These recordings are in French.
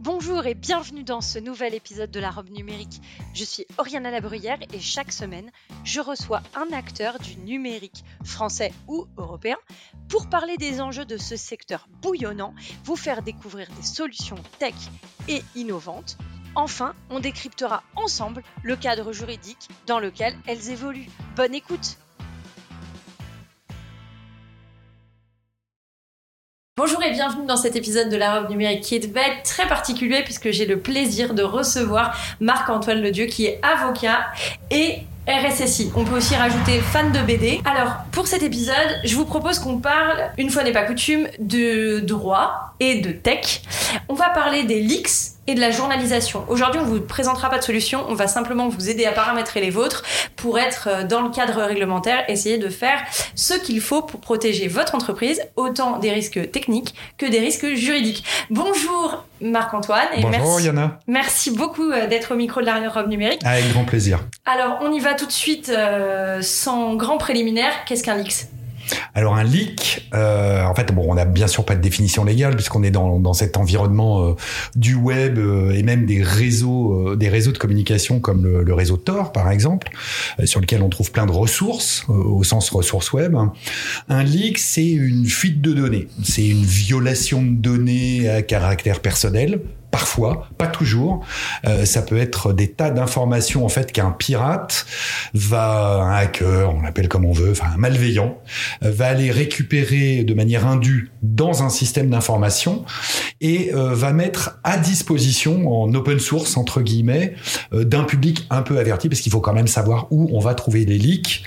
Bonjour et bienvenue dans ce nouvel épisode de la Robe numérique. Je suis Oriana Labruyère et chaque semaine, je reçois un acteur du numérique, français ou européen, pour parler des enjeux de ce secteur bouillonnant, vous faire découvrir des solutions tech et innovantes. Enfin, on décryptera ensemble le cadre juridique dans lequel elles évoluent. Bonne écoute! Bonjour et bienvenue dans cet épisode de la Robe numérique qui va être très particulier puisque j'ai le plaisir de recevoir Marc-Antoine Ledieu qui est avocat et RSSI. On peut aussi rajouter fan de BD. Alors, pour cet épisode, je vous propose qu'on parle, une fois n'est pas coutume, de droit et de tech. On va parler des leaks et de la journalisation. Aujourd'hui, on ne vous présentera pas de solution, on va simplement vous aider à paramétrer les vôtres pour être dans le cadre réglementaire, essayer de faire ce qu'il faut pour protéger votre entreprise, autant des risques techniques que des risques juridiques. Bonjour Marc-Antoine. Et bonjour Yana. Merci beaucoup d'être au micro de la Robe numérique. Avec grand plaisir. Alors, on y va tout de suite sans grand préliminaire. Qu'est-ce qu'un leaks ? Alors un leak, en fait, bon, on n'a bien sûr pas de définition légale puisqu'on est dans cet environnement du web et même des réseaux de communication comme le réseau Tor par exemple, sur lequel on trouve plein de ressources au sens ressources web. Un leak, c'est une fuite de données, c'est une violation de données à caractère personnel. Parfois, pas toujours. Ça peut être des tas d'informations en fait qu'un pirate un hacker, on l'appelle comme on veut, enfin un malveillant, va aller récupérer de manière indue dans un système d'information et va mettre à disposition en open source entre guillemets d'un public un peu averti parce qu'il faut quand même savoir où on va trouver les leaks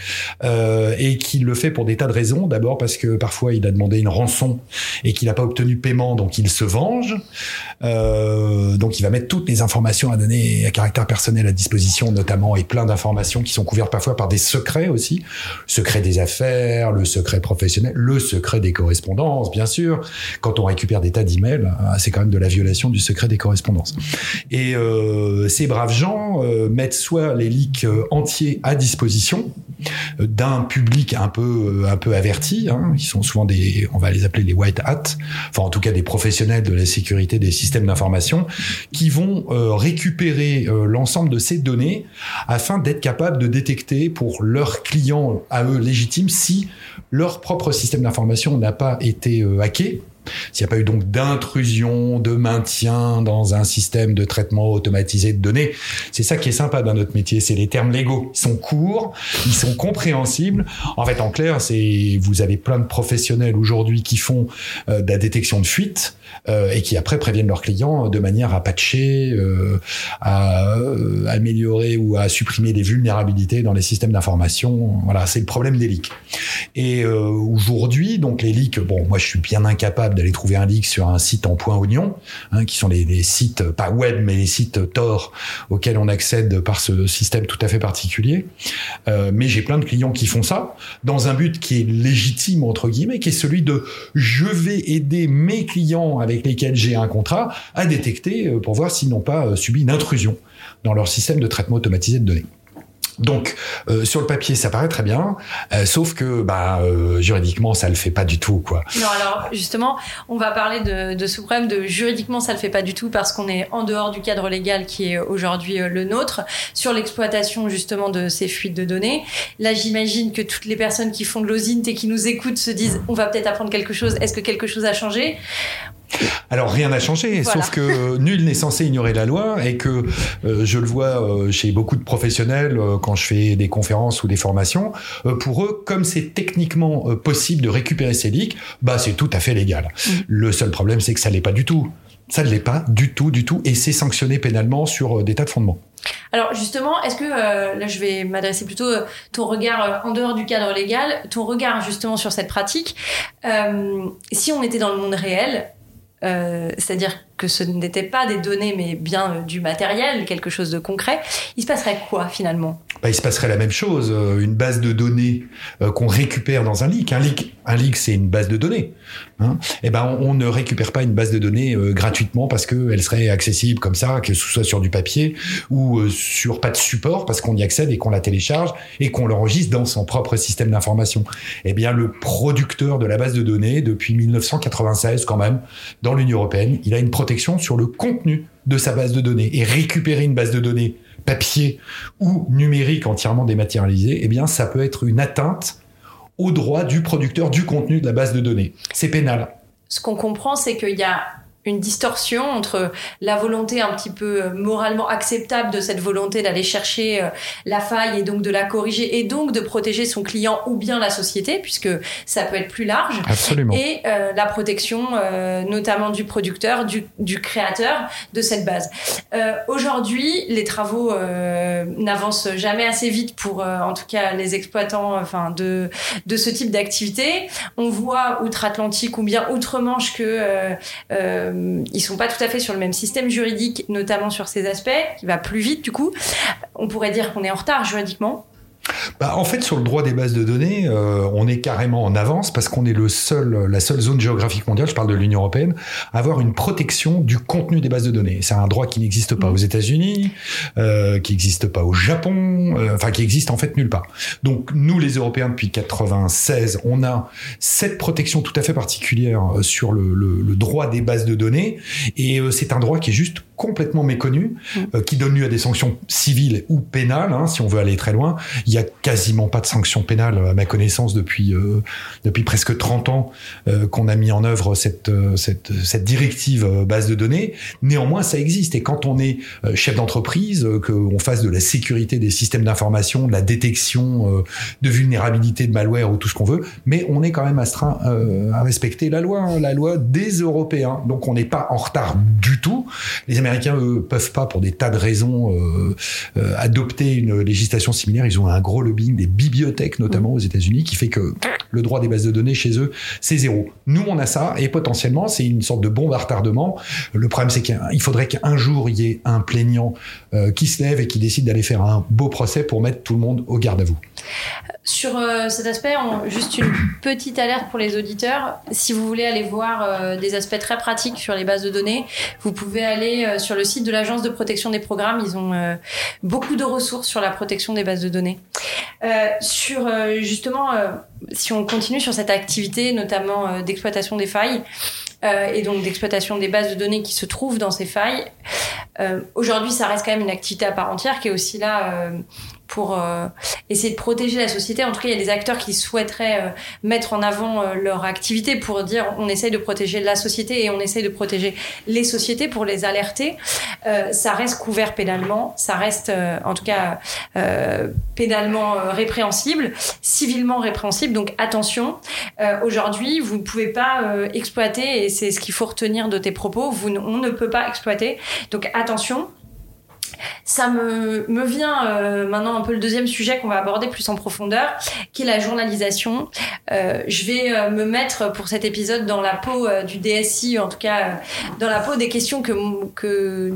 et qu'il le fait pour des tas de raisons. D'abord parce que parfois il a demandé une rançon et qu'il n'a pas obtenu paiement, donc il se venge. Donc il va mettre toutes les informations à donner à caractère personnel à disposition notamment et plein d'informations qui sont couvertes parfois par des secrets aussi, le secret des affaires, le secret professionnel, le secret des correspondances bien sûr. Quand on récupère des tas d'emails, c'est quand même de la violation du secret des correspondances. Et ces braves gens mettent soit les leaks entiers à disposition d'un public un peu averti, qui sont souvent on va les appeler les white hats, enfin en tout cas des professionnels de la sécurité des systèmes d'information qui vont récupérer l'ensemble de ces données afin d'être capables de détecter pour leurs clients à eux légitimes si leur propre système d'information n'a pas été hacké. S'il n'y a pas eu donc d'intrusion, de maintien dans un système de traitement automatisé de données. C'est ça qui est sympa dans notre métier, c'est les termes légaux. Ils sont courts, ils sont compréhensibles. En fait, en clair, vous avez plein de professionnels aujourd'hui qui font de la détection de fuite et qui après préviennent leurs clients de manière à patcher, à améliorer ou à supprimer des vulnérabilités dans les systèmes d'information. Voilà, c'est le problème des leaks. Et aujourd'hui, donc les leaks, bon, moi je suis bien incapable d'aller trouver un leak sur un site en .oignon, qui sont les sites, pas web, mais les sites Tor auxquels on accède par ce système tout à fait particulier. Mais j'ai plein de clients qui font ça dans un but qui est légitime, entre guillemets, qui est celui de je vais aider mes clients avec lesquels j'ai un contrat à détecter pour voir s'ils n'ont pas subi une intrusion dans leur système de traitement automatisé de données. Donc, sur le papier, ça paraît très bien, sauf que juridiquement, ça le fait pas du tout, quoi. Non, alors justement, on va parler de ce problème de juridiquement, ça le fait pas du tout parce qu'on est en dehors du cadre légal qui est aujourd'hui le nôtre sur l'exploitation justement de ces fuites de données. Là, j'imagine que toutes les personnes qui font de l'OSINT et qui nous écoutent se disent, on va peut-être apprendre quelque chose. Est-ce que quelque chose a changé ? Alors rien n'a changé, voilà. Sauf que nul n'est censé ignorer la loi et que je le vois chez beaucoup de professionnels quand je fais des conférences ou des formations, pour eux, comme c'est techniquement possible de récupérer ces leaks, c'est tout à fait légal. Le seul problème, c'est que ça l'est pas du tout. Ça ne l'est pas du tout, et c'est sanctionné pénalement sur des tas de fondements. Alors justement, est-ce que, là je vais m'adresser plutôt ton regard en dehors du cadre légal, ton regard justement sur cette pratique, si on était dans le monde réel, c'est-à-dire que ce n'était pas des données mais bien du matériel, quelque chose de concret, il se passerait quoi finalement ? il se passerait la même chose. Une base de données qu'on récupère dans un leak. Un leak, c'est une base de données. Hein. On ne récupère pas une base de données gratuitement parce qu'elle serait accessible comme ça, que ce soit sur du papier ou sur pas de support parce qu'on y accède et qu'on la télécharge et qu'on l'enregistre dans son propre système d'information. Le producteur de la base de données, depuis 1996 quand même, dans l'Union européenne, il a une protection sur le contenu de sa base de données. Et récupérer une base de données papier ou numérique entièrement dématérialisée, ça peut être une atteinte au droit du producteur du contenu de la base de données. C'est pénal. Ce qu'on comprend, c'est qu'il y a une distorsion entre la volonté un petit peu moralement acceptable de cette volonté d'aller chercher la faille et donc de la corriger et donc de protéger son client ou bien la société, puisque ça peut être plus large. Absolument. Et la protection notamment du producteur, du créateur de cette base. Aujourd'hui, les travaux n'avancent jamais assez vite pour en tout cas les exploitants de ce type d'activité. On voit outre-Atlantique ou bien outre-Manche que ils sont pas tout à fait sur le même système juridique, notamment sur ces aspects, qui va plus vite du coup. On pourrait dire qu'on est en retard juridiquement. En fait, sur le droit des bases de données, on est carrément en avance parce qu'on est la seule zone géographique mondiale, je parle de l'Union européenne, à avoir une protection du contenu des bases de données. C'est un droit qui n'existe pas aux États-Unis, qui n'existe pas au Japon, qui existe en fait nulle part. Donc, nous, les Européens, depuis 96, on a cette protection tout à fait particulière sur le droit des bases de données, et c'est un droit qui est juste complètement méconnu, qui donne lieu à des sanctions civiles ou pénales, si on veut aller très loin. Il y a quasiment pas de sanctions pénales à ma connaissance depuis presque 30 ans qu'on a mis en œuvre cette directive base de données. Néanmoins, ça existe. Et quand on est chef d'entreprise, qu'on fasse de la sécurité des systèmes d'information, de la détection de vulnérabilité, de malware ou tout ce qu'on veut, mais on est quand même astreint à respecter la loi des Européens. Donc on n'est pas en retard du tout. Les Américains, eux, peuvent pas, pour des tas de raisons, adopter une législation similaire. Ils ont un gros lobbying des bibliothèques, notamment aux États-Unis, qui fait que le droit des bases de données chez eux, c'est zéro. Nous, on a ça, et potentiellement, c'est une sorte de bombe à retardement. Le problème, c'est qu'il faudrait qu'un jour, il y ait un plaignant qui se lève et qui décide d'aller faire un beau procès pour mettre tout le monde au garde à vous. Sur cet aspect, juste une petite alerte pour les auditeurs. Si vous voulez aller voir des aspects très pratiques sur les bases de données, vous pouvez aller sur le site de l'Agence de protection des programmes. Ils ont beaucoup de ressources sur la protection des bases de données. Si on continue sur cette activité, notamment d'exploitation des failles, et donc d'exploitation des bases de données qui se trouvent dans ces failles, aujourd'hui, ça reste quand même une activité à part entière qui est aussi là pour essayer de protéger la société. En tout cas, il y a des acteurs qui souhaiteraient mettre en avant leur activité pour dire on essaye de protéger la société et on essaye de protéger les sociétés pour les alerter. Ça reste couvert pénalement, ça reste en tout cas pénalement répréhensible, civilement répréhensible, donc attention. Aujourd'hui, vous ne pouvez pas exploiter, et c'est ce qu'il faut retenir de tes propos, on ne peut pas exploiter, donc attention. Ça me vient maintenant un peu le deuxième sujet qu'on va aborder plus en profondeur, qui est la journalisation. Je vais me mettre pour cet épisode dans la peau du DSI, en tout cas dans la peau des questions que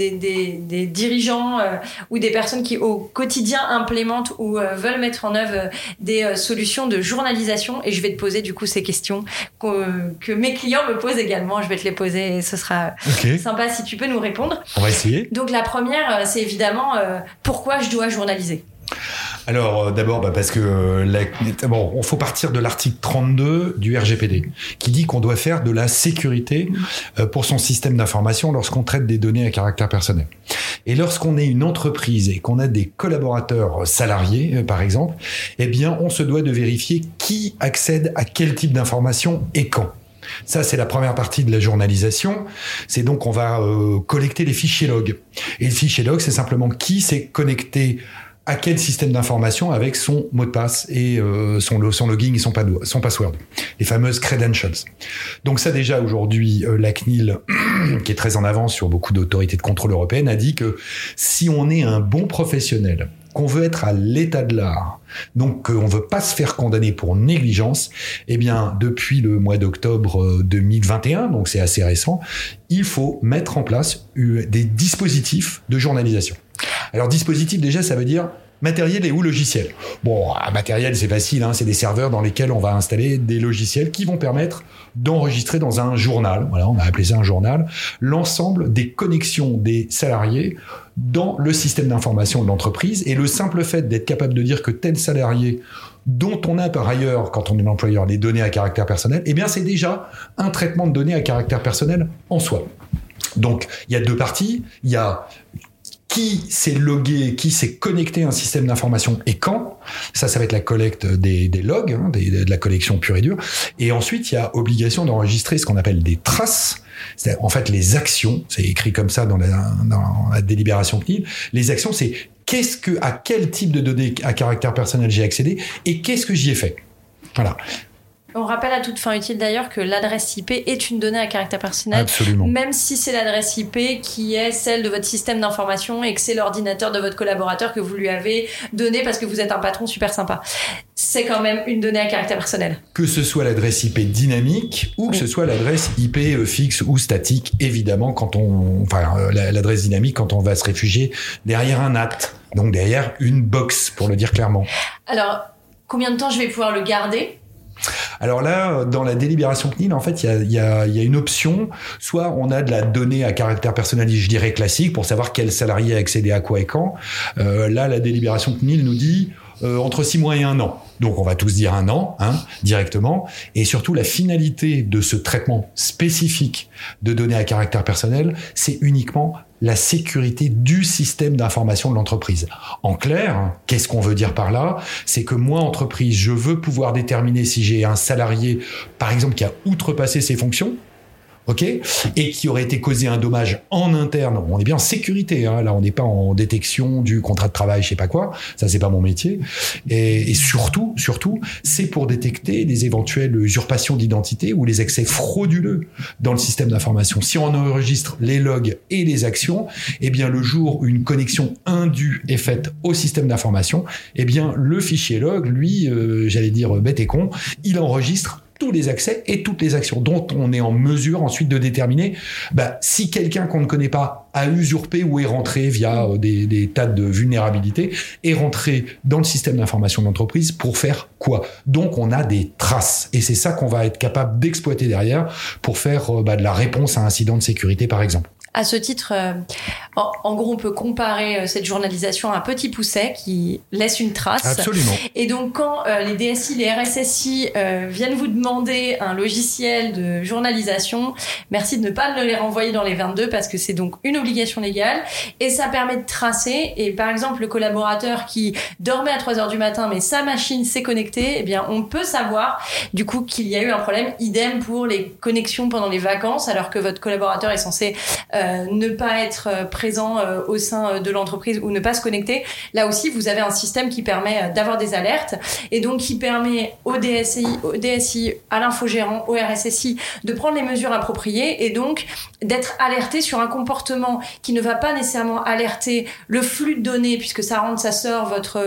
des dirigeants ou des personnes qui au quotidien implémentent ou veulent mettre en œuvre des solutions de journalisation. Et je vais te poser du coup ces questions que mes clients me posent également. Je vais te les poser et ce sera sympa si tu peux nous répondre. On va essayer. Donc la première, c'est évidemment pourquoi je dois journaliser. Alors d'abord parce que on faut partir de l'article 32 du RGPD qui dit qu'on doit faire de la sécurité pour son système d'information lorsqu'on traite des données à caractère personnel. Et lorsqu'on est une entreprise et qu'on a des collaborateurs salariés par exemple, on se doit de vérifier qui accède à quel type d'information et quand. Ça, c'est la première partie de la journalisation. C'est donc on va collecter les fichiers log. Et le fichier log, c'est simplement qui s'est connecté à quel système d'information avec son mot de passe et son login et son password. Les fameuses credentials. Donc ça, déjà, aujourd'hui, la CNIL, qui est très en avance sur beaucoup d'autorités de contrôle européennes, a dit que si on est un bon professionnel, qu'on veut être à l'état de l'art, donc qu'on veut pas se faire condamner pour négligence, depuis le mois d'octobre 2021, donc c'est assez récent, il faut mettre en place des dispositifs de journalisation. Alors dispositif, déjà, ça veut dire Matériel et ou logiciel. Bon, matériel, c'est facile, c'est des serveurs dans lesquels on va installer des logiciels qui vont permettre d'enregistrer dans un journal, voilà, on a appelé ça un journal, l'ensemble des connexions des salariés dans le système d'information de l'entreprise. Et le simple fait d'être capable de dire que tel salarié, dont on a par ailleurs, quand on est l'employeur, les données à caractère personnel, eh bien c'est déjà un traitement de données à caractère personnel en soi. Donc, il y a deux parties. Il y a qui s'est logué, qui s'est connecté à un système d'information et quand. Ça va être la collecte des logs, de la collection pure et dure. Et ensuite, il y a obligation d'enregistrer ce qu'on appelle des traces. C'est en fait les actions. C'est écrit comme ça dans la délibération CNIL. Les actions, c'est à quel type de données à caractère personnel j'ai accédé et qu'est-ce que j'y ai fait. Voilà. On rappelle à toute fin utile d'ailleurs que l'adresse IP est une donnée à caractère personnel. Absolument. Même si c'est l'adresse IP qui est celle de votre système d'information et que c'est l'ordinateur de votre collaborateur que vous lui avez donné parce que vous êtes un patron super sâpa. C'est quand même une donnée à caractère personnel. Que ce soit l'adresse IP dynamique ou que ce soit l'adresse IP fixe ou statique, évidemment, l'adresse dynamique quand on va se réfugier derrière un NAT. Donc derrière une box, pour le dire clairement. Alors, combien de temps je vais pouvoir le garder ? Alors là, dans la délibération CNIL, en fait, il y a une option. Soit on a de la donnée à caractère personnel, je dirais classique, pour savoir quel salarié a accédé à quoi et quand. Là, la délibération CNIL nous dit entre 6 mois et 1 an. Donc, on va tous dire 1 an, directement. Et surtout, la finalité de ce traitement spécifique de données à caractère personnel, c'est uniquement la sécurité du système d'information de l'entreprise. En clair, qu'est-ce qu'on veut dire par là ? C'est que moi, entreprise, je veux pouvoir déterminer si j'ai un salarié, par exemple, qui a outrepassé ses fonctions, et qui aurait été causé un dommage en interne. On est bien en sécurité, là on n'est pas en détection du contrat de travail, je sais pas quoi, ça c'est pas mon métier. Et surtout, c'est pour détecter les éventuelles usurpations d'identité ou les accès frauduleux dans le système d'information. Si on enregistre les logs et les actions, eh bien le jour où une connexion indue est faite au système d'information, eh bien le fichier log, lui, j'allais dire bête et con, il enregistre tous les accès et toutes les actions dont on est en mesure ensuite de déterminer si quelqu'un qu'on ne connaît pas a usurpé ou est rentré via des tas de vulnérabilités, est rentré dans le système d'information de l'entreprise pour faire quoi. Donc on a des traces et c'est ça qu'on va être capable d'exploiter derrière pour faire de la réponse à un incident de sécurité par exemple. À ce titre, en gros, on peut comparer cette journalisation à un petit pousset qui laisse une trace. Absolument. Et donc, quand les DSI, les RSSI viennent vous demander un logiciel de journalisation, merci de ne pas les renvoyer dans les 22 parce que c'est donc une obligation légale et ça permet de tracer. Et par exemple, le collaborateur qui dormait à 3 heures du matin, mais sa machine s'est connectée, eh bien, on peut savoir du coup qu'il y a eu un problème. Idem pour les connexions pendant les vacances, alors que votre collaborateur est censé ne pas être présent au sein de l'entreprise ou ne pas se connecter. Là aussi, vous avez un système qui permet d'avoir des alertes et donc qui permet au DSI, à l'infogérant, au RSSI de prendre les mesures appropriées et donc d'être alerté sur un comportement qui ne va pas nécessairement alerter le flux de données puisque ça rentre, ça sort,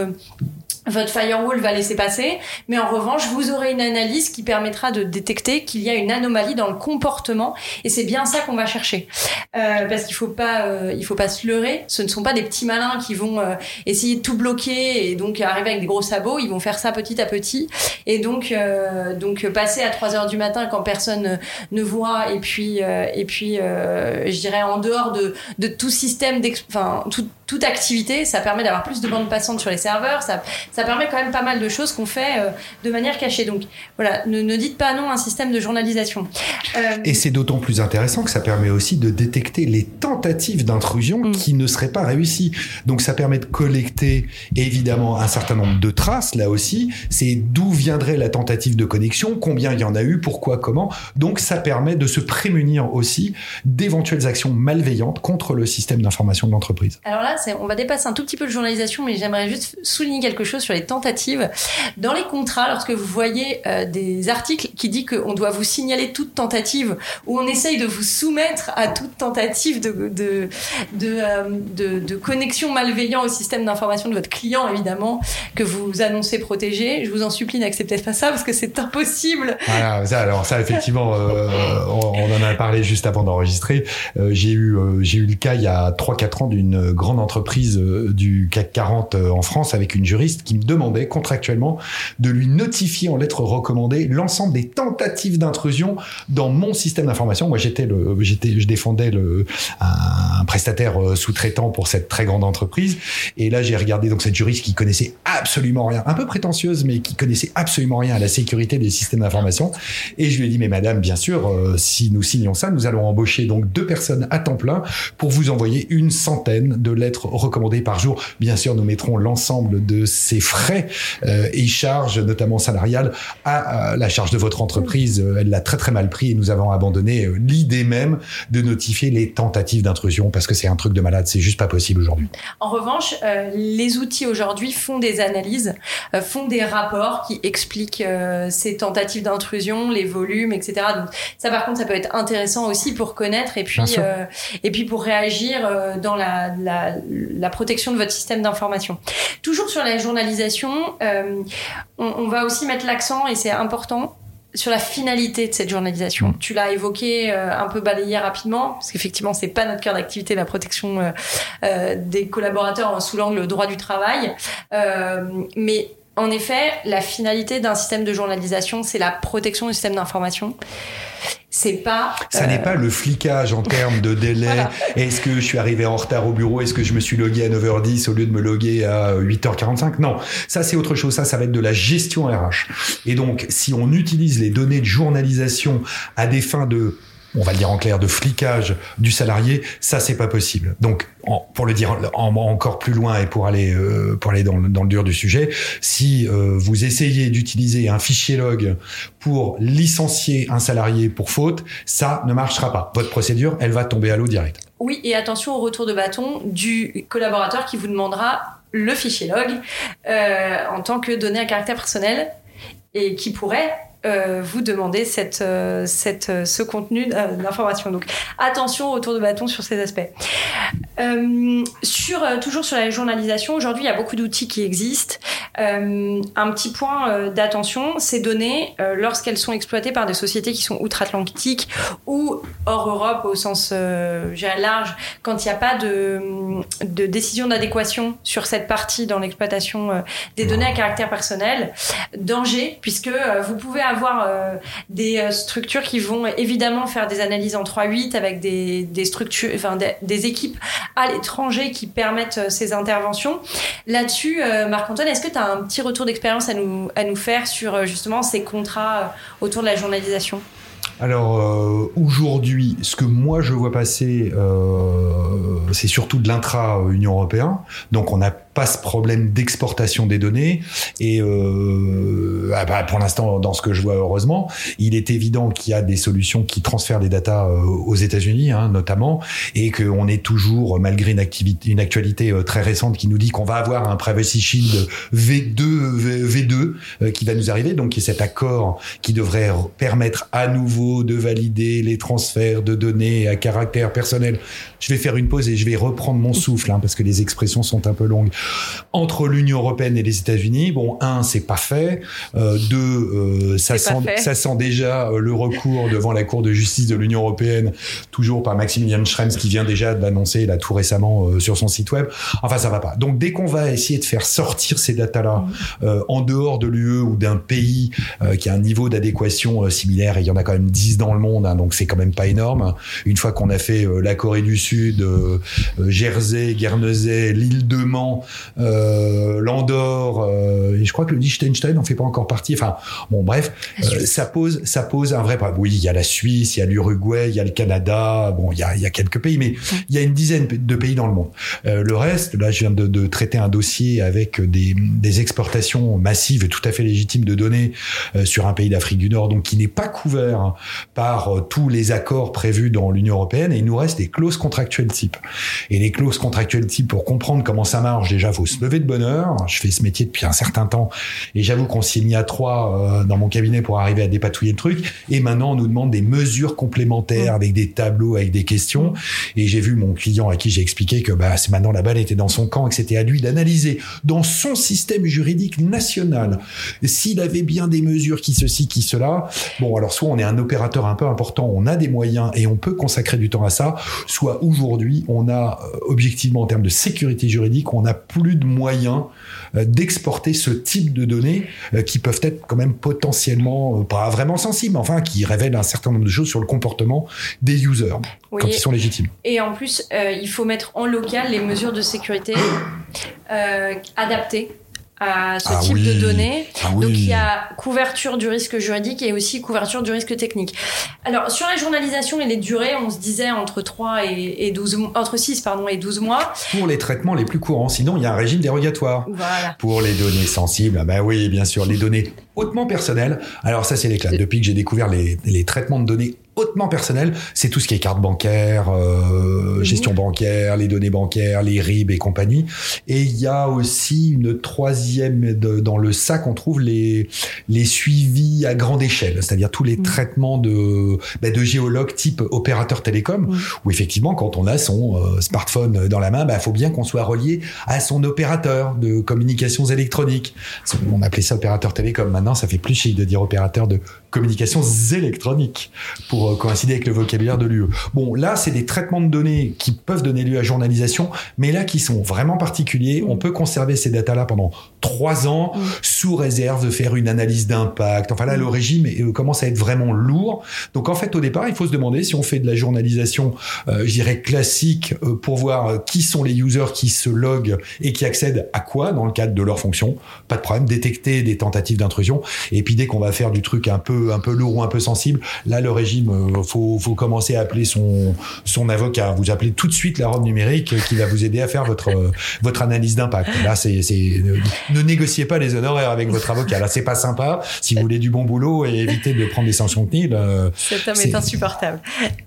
votre firewall va laisser passer, mais en revanche, vous aurez une analyse qui permettra de détecter qu'il y a une anomalie dans le comportement, et c'est bien ça qu'on va chercher. Parce qu'il faut pas se leurrer. Ce ne sont pas des petits malins qui vont essayer de tout bloquer et donc arriver avec des gros sabots. Ils vont faire ça petit à petit, et donc passer à 3 heures du matin quand personne ne voit, et puis je dirais en dehors de tout système, toute activité, ça permet d'avoir plus de bandes passantes sur les serveurs. Ça permet quand même pas mal de choses qu'on fait de manière cachée. Donc voilà, ne dites pas non à un système de journalisation. Et c'est d'autant plus intéressant que ça permet aussi de détecter les tentatives d'intrusion qui ne seraient pas réussies. Donc ça permet de collecter évidemment un certain nombre de traces. Là aussi, c'est d'où viendrait la tentative de connexion, combien il y en a eu, pourquoi, comment. Donc ça permet de se prémunir aussi d'éventuelles actions malveillantes contre le système d'information de l'entreprise. Alors là, on va dépasser un tout petit peu de journalisation, mais j'aimerais juste souligner quelque chose sur les tentatives. Dans les contrats, lorsque vous voyez des articles qui disent qu'on doit vous signaler toute tentative, ou on essaye de vous soumettre à toute tentative de connexion malveillant au système d'information de votre client, évidemment, que vous annoncez protégé, je vous en supplie, n'acceptez pas ça parce que c'est impossible. Voilà, ça effectivement, on en a parlé juste avant d'enregistrer. J'ai eu le cas il y a 3-4 ans d'une grande entreprise du CAC 40 en France avec une juriste qui me demandait contractuellement de lui notifier en lettres recommandées l'ensemble des tentatives d'intrusion dans mon système d'information. Moi, je défendais un prestataire sous-traitant pour cette très grande entreprise. Et là, j'ai regardé donc cette juriste qui connaissait absolument rien, un peu prétentieuse, mais qui connaissait absolument rien à la sécurité des systèmes d'information. Et je lui ai dit, mais madame, bien sûr, si nous signons ça, nous allons embaucher donc 2 personnes à temps plein pour vous envoyer une centaine de lettres recommandées par jour. Bien sûr, nous mettrons l'ensemble de ces frais et charges, notamment salariales, à la charge de votre entreprise. Elle l'a très très mal pris et nous avons abandonné l'idée même de notifier les tentatives d'intrusion parce que c'est un truc de malade, c'est juste pas possible aujourd'hui. En revanche, les outils aujourd'hui font des analyses, font des rapports qui expliquent ces tentatives d'intrusion, les volumes, etc. Donc ça, par contre, ça peut être intéressant aussi pour connaître et puis pour réagir dans la protection de votre système d'information. Toujours sur la journalisation, on va aussi mettre l'accent, et c'est important, sur la finalité de cette journalisation. Tu l'as évoqué, un peu balayé rapidement, parce qu'effectivement, c'est pas notre cœur d'activité, la protection des collaborateurs sous l'angle droit du travail. Mais en effet, la finalité d'un système de journalisation, c'est la protection du système d'information. C'est pas... Ça n'est pas le flicage en termes de délai. Voilà. Est-ce que je suis arrivé en retard au bureau? Est-ce que je me suis logué à 9h10 au lieu de me loguer à 8h45? Non, ça c'est autre chose. Ça va être de la gestion RH. Et donc, si on utilise les données de journalisation à des fins de, on va le dire en clair, de flicage du salarié, ça c'est pas possible. Donc, pour le dire encore plus loin et pour aller dans le dur du sujet, si vous essayez d'utiliser un fichier log pour licencier un salarié pour faute, ça ne marchera pas. Votre procédure, elle va tomber à l'eau direct. Oui, et attention au retour de bâton du collaborateur qui vous demandera le fichier log en tant que donnée à caractère personnel et qui pourrait vous demander ce contenu d'information. Donc, attention au tour de bâton sur ces aspects. Toujours sur la journalisation, aujourd'hui, il y a beaucoup d'outils qui existent. Un petit point d'attention, ces données, lorsqu'elles sont exploitées par des sociétés qui sont outre-Atlantique ou hors Europe au sens large, quand il n'y a pas de décision d'adéquation sur cette partie dans l'exploitation des données à caractère personnel, danger, puisque vous pouvez avoir des structures qui vont évidemment faire des analyses en 3/8 avec des structures, enfin des équipes à l'étranger qui permettent ces interventions. Là-dessus, Marc-Antoine, est-ce que tu as un petit retour d'expérience à nous faire sur justement ces contrats autour de la journalisation ? Alors aujourd'hui, ce que moi je vois passer, c'est surtout de l'intra-Union européen. Donc on n'a pas ce problème d'exportation des données. Et pour l'instant, dans ce que je vois, heureusement, il est évident qu'il y a des solutions qui transfèrent des datas aux États-Unis, notamment, et qu'on est toujours, malgré une actualité très récente qui nous dit qu'on va avoir un Privacy Shield V2 qui va nous arriver, donc qui est cet accord qui devrait permettre à nouveau de valider les transferts de données à caractère personnel. Je vais faire une pause et je vais reprendre mon souffle, parce que les expressions sont un peu longues. Entre l'Union européenne et les États-Unis, bon, c'est pas fait. Ça sent déjà le recours devant la Cour de justice de l'Union européenne, toujours par Maximilian Schrems, qui vient déjà d'annoncer là tout récemment sur son site web. Enfin, ça va pas. Donc, dès qu'on va essayer de faire sortir ces datas-là en dehors de l'UE ou d'un pays qui a un niveau d'adéquation similaire, et il y en a quand même 10 dans le monde, donc c'est quand même pas énorme. Une fois qu'on a fait la Corée du Sud, Jersey, Guernesey, l'île de Man, l'Andorre, et je crois que le Liechtenstein n'en fait pas encore partie. Enfin, bon, bref, ça pose un vrai problème. Oui, il y a la Suisse, il y a l'Uruguay, il y a le Canada, bon, il y a quelques pays, mais il y a une dizaine de pays dans le monde. Le reste, là, je viens de traiter un dossier avec des exportations massives et tout à fait légitimes de données sur un pays d'Afrique du Nord, donc qui n'est pas couvert par tous les accords prévus dans l'Union européenne, et il nous reste des clauses contractuelles contractuelles type. Et les clauses contractuelles type, pour comprendre comment ça marche, déjà, faut se lever de bonne heure. Je fais ce métier depuis un certain temps et j'avoue qu'on s'y est mis à 3 dans mon cabinet pour arriver à dépatouiller le truc. Et maintenant, on nous demande des mesures complémentaires avec des tableaux, avec des questions. Et j'ai vu mon client à qui j'ai expliqué que c'est maintenant la balle était dans son camp et que c'était à lui d'analyser dans son système juridique national s'il avait bien des mesures qui ceci, qui cela. Bon, alors soit on est un opérateur un peu important, on a des moyens et on peut consacrer du temps à ça, soit aujourd'hui on a objectivement en termes de sécurité juridique, on n'a plus de moyens d'exporter ce type de données qui peuvent être quand même potentiellement pas vraiment sensibles, enfin qui révèlent un certain nombre de choses sur le comportement des users quand ils sont légitimes. Et en plus, il faut mettre en local les mesures de sécurité adaptées à ce type de données. Donc il y a couverture du risque juridique et aussi couverture du risque technique. Alors sur la journalisation et les durées, on se disait entre 6 et 12 mois. Pour les traitements les plus courants, sinon il y a un régime dérogatoire. Voilà. Pour les données sensibles, oui, bien sûr, les données hautement personnelles. Alors ça c'est l'éclat. Depuis que j'ai découvert les traitements de données hautement personnel, c'est tout ce qui est carte bancaire, gestion bancaire, les données bancaires, les RIB et compagnie. Et il y a aussi une troisième dans le sac, on trouve les suivis à grande échelle, c'est-à-dire tous les traitements de géologue type opérateur télécom, où effectivement quand on a son smartphone dans la main, faut bien qu'on soit relié à son opérateur de communications électroniques. On appelait ça opérateur télécom. Maintenant, ça fait plus chic de dire opérateur de communications électroniques pour coïncider avec le vocabulaire de l'UE. Bon, là, c'est des traitements de données qui peuvent donner lieu à journalisation, mais là, qui sont vraiment particuliers. On peut conserver ces datas-là pendant 3 ans, sous réserve de faire une analyse d'impact. Enfin, là, le régime commence à être vraiment lourd. Donc, en fait, au départ, il faut se demander si on fait de la journalisation, je dirais, classique, pour voir qui sont les users qui se loguent et qui accèdent à quoi dans le cadre de leur fonction. Pas de problème, détecter des tentatives d'intrusion. Et puis, dès qu'on va faire du truc un peu lourd ou un peu sensible, là, le régime, faut commencer à appeler son avocat. Vous appelez tout de suite la robe numérique qui va vous aider à faire votre analyse d'impact. Là, ne négociez pas les honoraires avec votre avocat. Là, c'est pas sympa. Si vous voulez du bon boulot et éviter de prendre des sanctions CNIL. Cet homme est insupportable.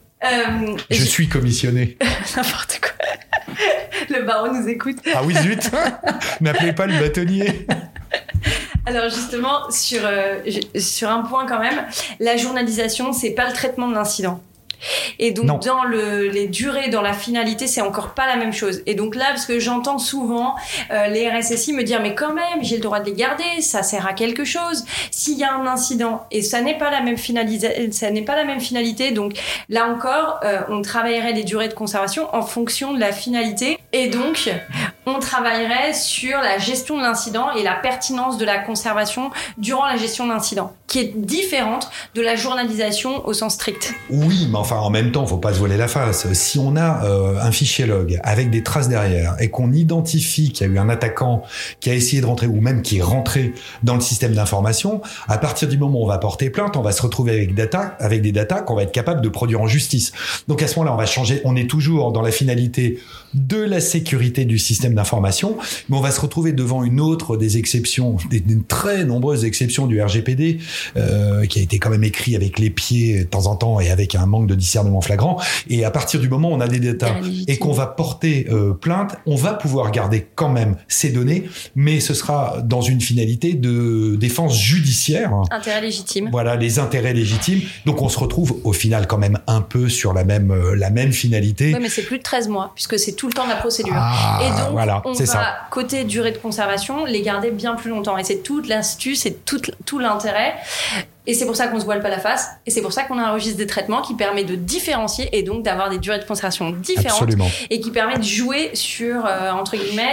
Je suis commissionné. N'importe quoi. Le baron nous écoute. Ah oui, zut. N'appelez pas le bâtonnier. Alors justement, sur un point quand même, la journalisation, c'est pas le traitement de l'incident. Et donc dans les durées, dans la finalité, c'est encore pas la même chose. Et donc là, parce que j'entends souvent les RSSI me dire mais quand même, j'ai le droit de les garder, ça sert à quelque chose. S'il y a un incident et ça n'est pas la même finalité, donc là encore, on travaillerait les durées de conservation en fonction de la finalité. Et donc, on travaillerait sur la gestion de l'incident et la pertinence de la conservation durant la gestion de l'incident, qui est différente de la journalisation au sens strict. Oui, mais enfin, en même temps, faut pas se voiler la face. Si on a un fichier log avec des traces derrière et qu'on identifie qu'il y a eu un attaquant qui a essayé de rentrer ou même qui est rentré dans le système d'information, à partir du moment où on va porter plainte, on va se retrouver avec des datas qu'on va être capable de produire en justice. Donc à ce moment-là, on va changer. On est toujours dans la finalité de la sécurité du système d'information, mais on va se retrouver devant une autre des exceptions, des très nombreuses exceptions du RGPD, qui a été quand même écrit avec les pieds de temps en temps et avec un manque de discernement flagrant. Et à partir du moment où on a des datas et qu'on va porter plainte, on va pouvoir garder quand même ces données, mais ce sera dans une finalité de défense judiciaire. Intérêt légitime. Voilà, les intérêts légitimes. Donc on se retrouve au final quand même un peu sur la même finalité. Oui, mais c'est plus de 13 mois, puisque c'est tout le temps de la procédure. Ah, et donc, voilà, on va, côté durée de conservation, les garder bien plus longtemps. Et c'est toute l'astuce et tout l'intérêt. Et c'est pour ça qu'on se voile pas la face. Et c'est pour ça qu'on a un registre des traitements qui permet de différencier et donc d'avoir des durées de conservation différentes. Absolument. Et qui permet de jouer sur, entre guillemets,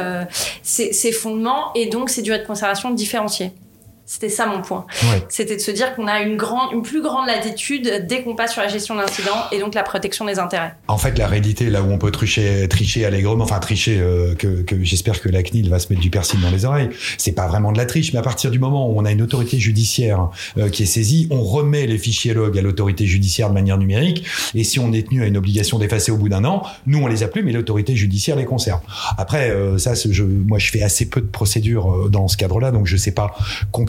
ces fondements et donc ces durées de conservation différenciées. C'était ça mon point. Ouais. C'était de se dire qu'on a une plus grande latitude dès qu'on passe sur la gestion d'incidents et donc la protection des intérêts. En fait, la réalité, là où on peut tricher allègrement, que j'espère que la CNIL va se mettre du persil dans les oreilles, c'est pas vraiment de la triche, mais à partir du moment où on a une autorité judiciaire qui est saisie, on remet les fichiers log à l'autorité judiciaire de manière numérique, et si on est tenu à une obligation d'effacer au bout d'1 an, nous on les a plus, mais l'autorité judiciaire les conserve. Après, moi je fais assez peu de procédures dans ce cadre-là, donc je sais pas concrètement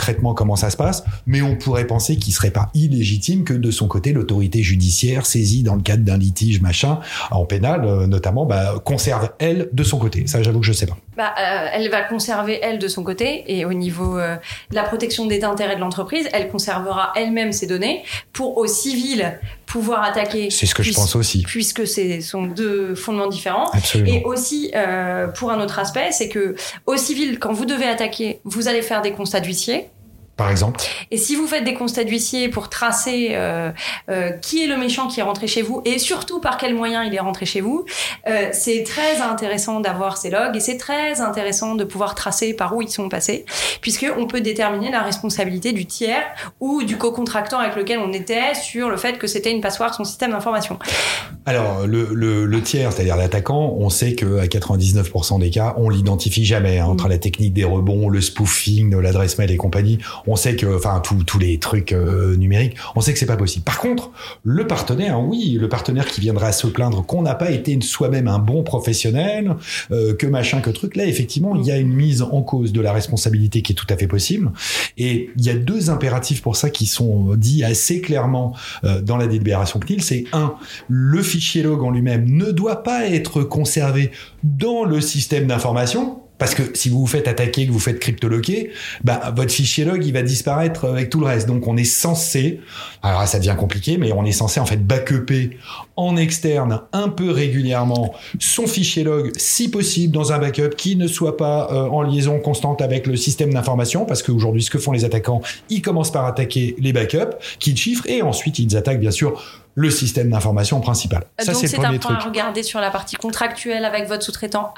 concrètement comment ça se passe, mais on pourrait penser qu'il serait pas illégitime que de son côté l'autorité judiciaire saisie dans le cadre d'un litige machin en pénal notamment conserve elle de son côté. Ça, j'avoue que je sais pas. Elle va conserver elle de son côté, et au niveau de la protection des intérêts de l'entreprise, elle conservera elle-même ses données pour au civil pouvoir attaquer. C'est ce que je pense aussi. Puisque ce sont deux fondements différents. Absolument. Et aussi, pour un autre aspect, c'est que au civil, quand vous devez attaquer, vous allez faire des constats d'huissier. Par exemple. Et si vous faites des constats d'huissier pour tracer qui est le méchant qui est rentré chez vous et surtout par quels moyens il est rentré chez vous, c'est très intéressant d'avoir ces logs et c'est très intéressant de pouvoir tracer par où ils sont passés, puisqu'on peut déterminer la responsabilité du tiers ou du co-contractant avec lequel on était sur le fait que c'était une passoire son système d'information. Alors, le tiers, c'est-à-dire l'attaquant, on sait qu'à 99% des cas, on l'identifie jamais. Entre la technique des rebonds, le spoofing, l'adresse mail et compagnie, on sait que, enfin, tous les trucs numériques, on sait que c'est pas possible. Par contre, le partenaire, oui, le partenaire qui viendra se plaindre qu'on n'a pas été soi-même un bon professionnel, que machin, que truc, là, effectivement, il y a une mise en cause de la responsabilité qui est tout à fait possible. Et il y a deux impératifs pour ça qui sont dits assez clairement dans la délibération CNIL. C'est le fichier log en lui-même ne doit pas être conservé dans le système d'information. Parce que si vous vous faites attaquer, que vous faites cryptoloquer, votre fichier log, il va disparaître avec tout le reste. Donc, on est censé, alors ça devient compliqué, mais on est censé en fait backuper en externe un peu régulièrement son fichier log, si possible dans un backup qui ne soit pas en liaison constante avec le système d'information. Parce qu'aujourd'hui, ce que font les attaquants, ils commencent par attaquer les backups, qu'ils chiffrent, et ensuite, ils attaquent bien sûr le système d'information principal. Ça, donc, c'est le premier un point truc. À regarder sur la partie contractuelle avec votre sous-traitant.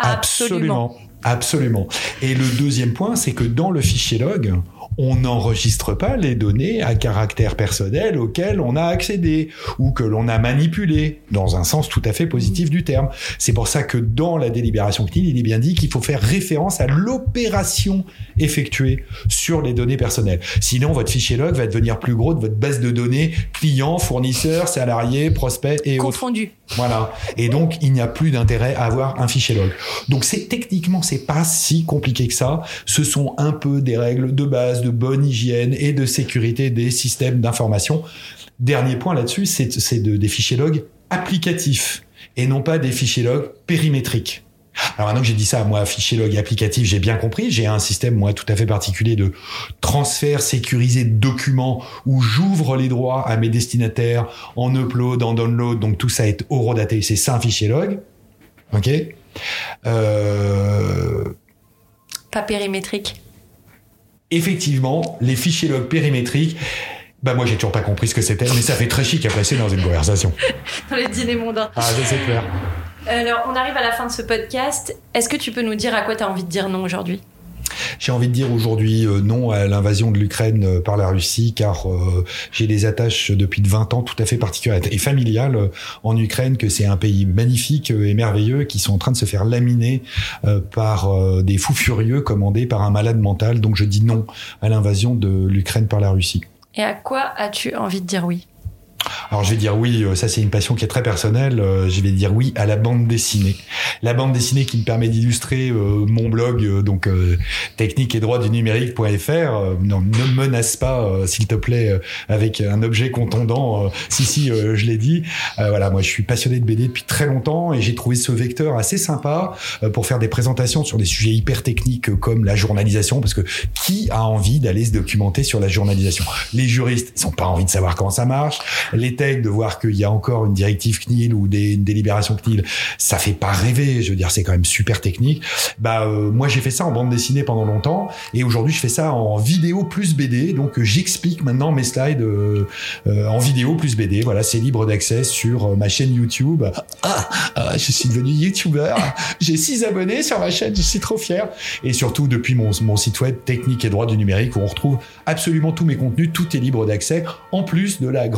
Absolument. Et le deuxième point, c'est que dans le fichier log, on n'enregistre pas les données à caractère personnel auxquelles on a accédé ou que l'on a manipulé, dans un sens tout à fait positif du terme. C'est pour ça que dans la délibération CNIL, il est bien dit qu'il faut faire référence à l'opération effectuée sur les données personnelles. Sinon, votre fichier log va devenir plus gros de votre base de données clients, fournisseurs, salariés, prospects et confondus. Voilà. Et donc, il n'y a plus d'intérêt à avoir un fichier log. Donc, techniquement, c'est pas si compliqué que ça. Ce sont un peu des règles de base, de bonne hygiène et de sécurité des systèmes d'information. Dernier point là-dessus, c'est des fichiers log applicatifs et non pas des fichiers log périmétriques. Alors maintenant que j'ai dit ça, moi, fichier log applicatif, j'ai bien compris. J'ai un système, moi, tout à fait particulier de transfert sécurisé de documents où j'ouvre les droits à mes destinataires en upload, en download. Donc tout ça est horodaté. C'est ça un fichier log. OK? Pas périmétrique. Effectivement, les fichiers log périmétriques, moi j'ai toujours pas compris ce que c'était, mais ça fait très chic à placer dans une conversation. Dans les dîners mondains. Ah, je sais clair. Alors, on arrive à la fin de ce podcast. Est-ce que tu peux nous dire à quoi tu as envie de dire non aujourd'hui ? J'ai envie de dire aujourd'hui non à l'invasion de l'Ukraine par la Russie, car j'ai des attaches depuis 20 ans tout à fait particulières et familiales en Ukraine, que c'est un pays magnifique et merveilleux qui sont en train de se faire laminer par des fous furieux commandés par un malade mental. Donc je dis non à l'invasion de l'Ukraine par la Russie. Et à quoi as-tu envie de dire oui ? Alors je vais dire oui, ça c'est une passion qui est très personnelle, je vais dire oui à la bande dessinée. La bande dessinée qui me permet d'illustrer mon blog, donc technique et droit du numérique.fr. Non, ne me menace pas, s'il te plaît, avec un objet contondant. Si, je l'ai dit. Voilà, moi je suis passionné de BD depuis très longtemps et j'ai trouvé ce vecteur assez sympa pour faire des présentations sur des sujets hyper techniques comme la journalisation, parce que qui a envie d'aller se documenter sur la journalisation ? Les juristes, ils n'ont pas envie de savoir comment ça marche. Les techs, de voir qu'il y a encore une directive CNIL ou une délibération CNIL, ça fait pas rêver. Je veux dire, c'est quand même super technique. Moi, j'ai fait ça en bande dessinée pendant longtemps et aujourd'hui, je fais ça en vidéo plus BD. Donc, j'explique maintenant mes slides en vidéo plus BD. Voilà, c'est libre d'accès sur ma chaîne YouTube. Je suis devenu YouTuber. J'ai 6 abonnés sur ma chaîne. Je suis trop fier. Et surtout, depuis mon site web Technique et droit du numérique, où on retrouve absolument tous mes contenus. Tout est libre d'accès. En plus de la grande nouveauté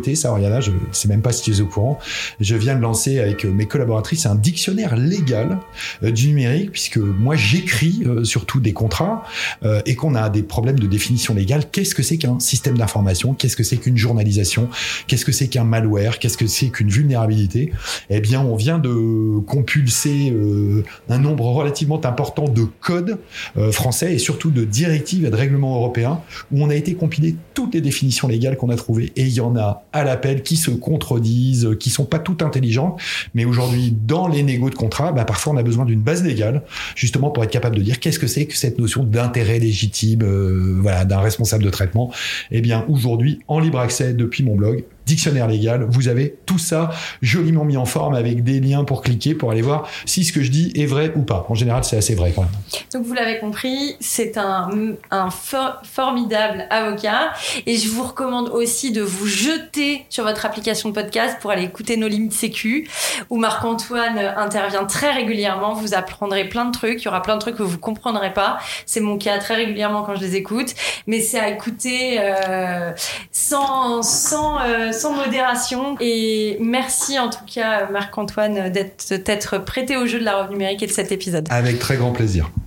nouveauté, ça, Oriana, je sais même pas si tu es au courant. Je viens de lancer avec mes collaboratrices un dictionnaire légal du numérique, puisque moi j'écris surtout des contrats et qu'on a des problèmes de définition légale. Qu'est-ce que c'est qu'un système d'information? Qu'est-ce que c'est qu'une journalisation? Qu'est-ce que c'est qu'un malware? Qu'est-ce que c'est qu'une vulnérabilité? Eh bien, on vient de compulser un nombre relativement important de codes français et surtout de directives et de règlements européens où on a été compiler toutes les définitions légales qu'on a trouvées, et il y en a à l'appel qui se contredisent, qui sont pas toutes intelligentes, mais aujourd'hui dans les négos de contrat, parfois on a besoin d'une base légale justement pour être capable de dire qu'est-ce que c'est que cette notion d'intérêt légitime d'un responsable de traitement. Eh bien aujourd'hui en libre accès depuis mon blog Dictionnaire légal, vous avez tout ça joliment mis en forme avec des liens pour cliquer, pour aller voir si ce que je dis est vrai ou pas. En général, c'est assez vrai quand même. Donc vous l'avez compris, c'est un formidable avocat, et je vous recommande aussi de vous jeter sur votre application de podcast pour aller écouter nos limites sécu, où Marc-Antoine intervient très régulièrement. Vous apprendrez plein de trucs, il y aura plein de trucs que vous comprendrez pas. C'est mon cas très régulièrement quand je les écoute, mais c'est à écouter sans modération. Et merci en tout cas Marc-Antoine d'être prêté au jeu de la robe numérique et de cet épisode. Avec très grand plaisir.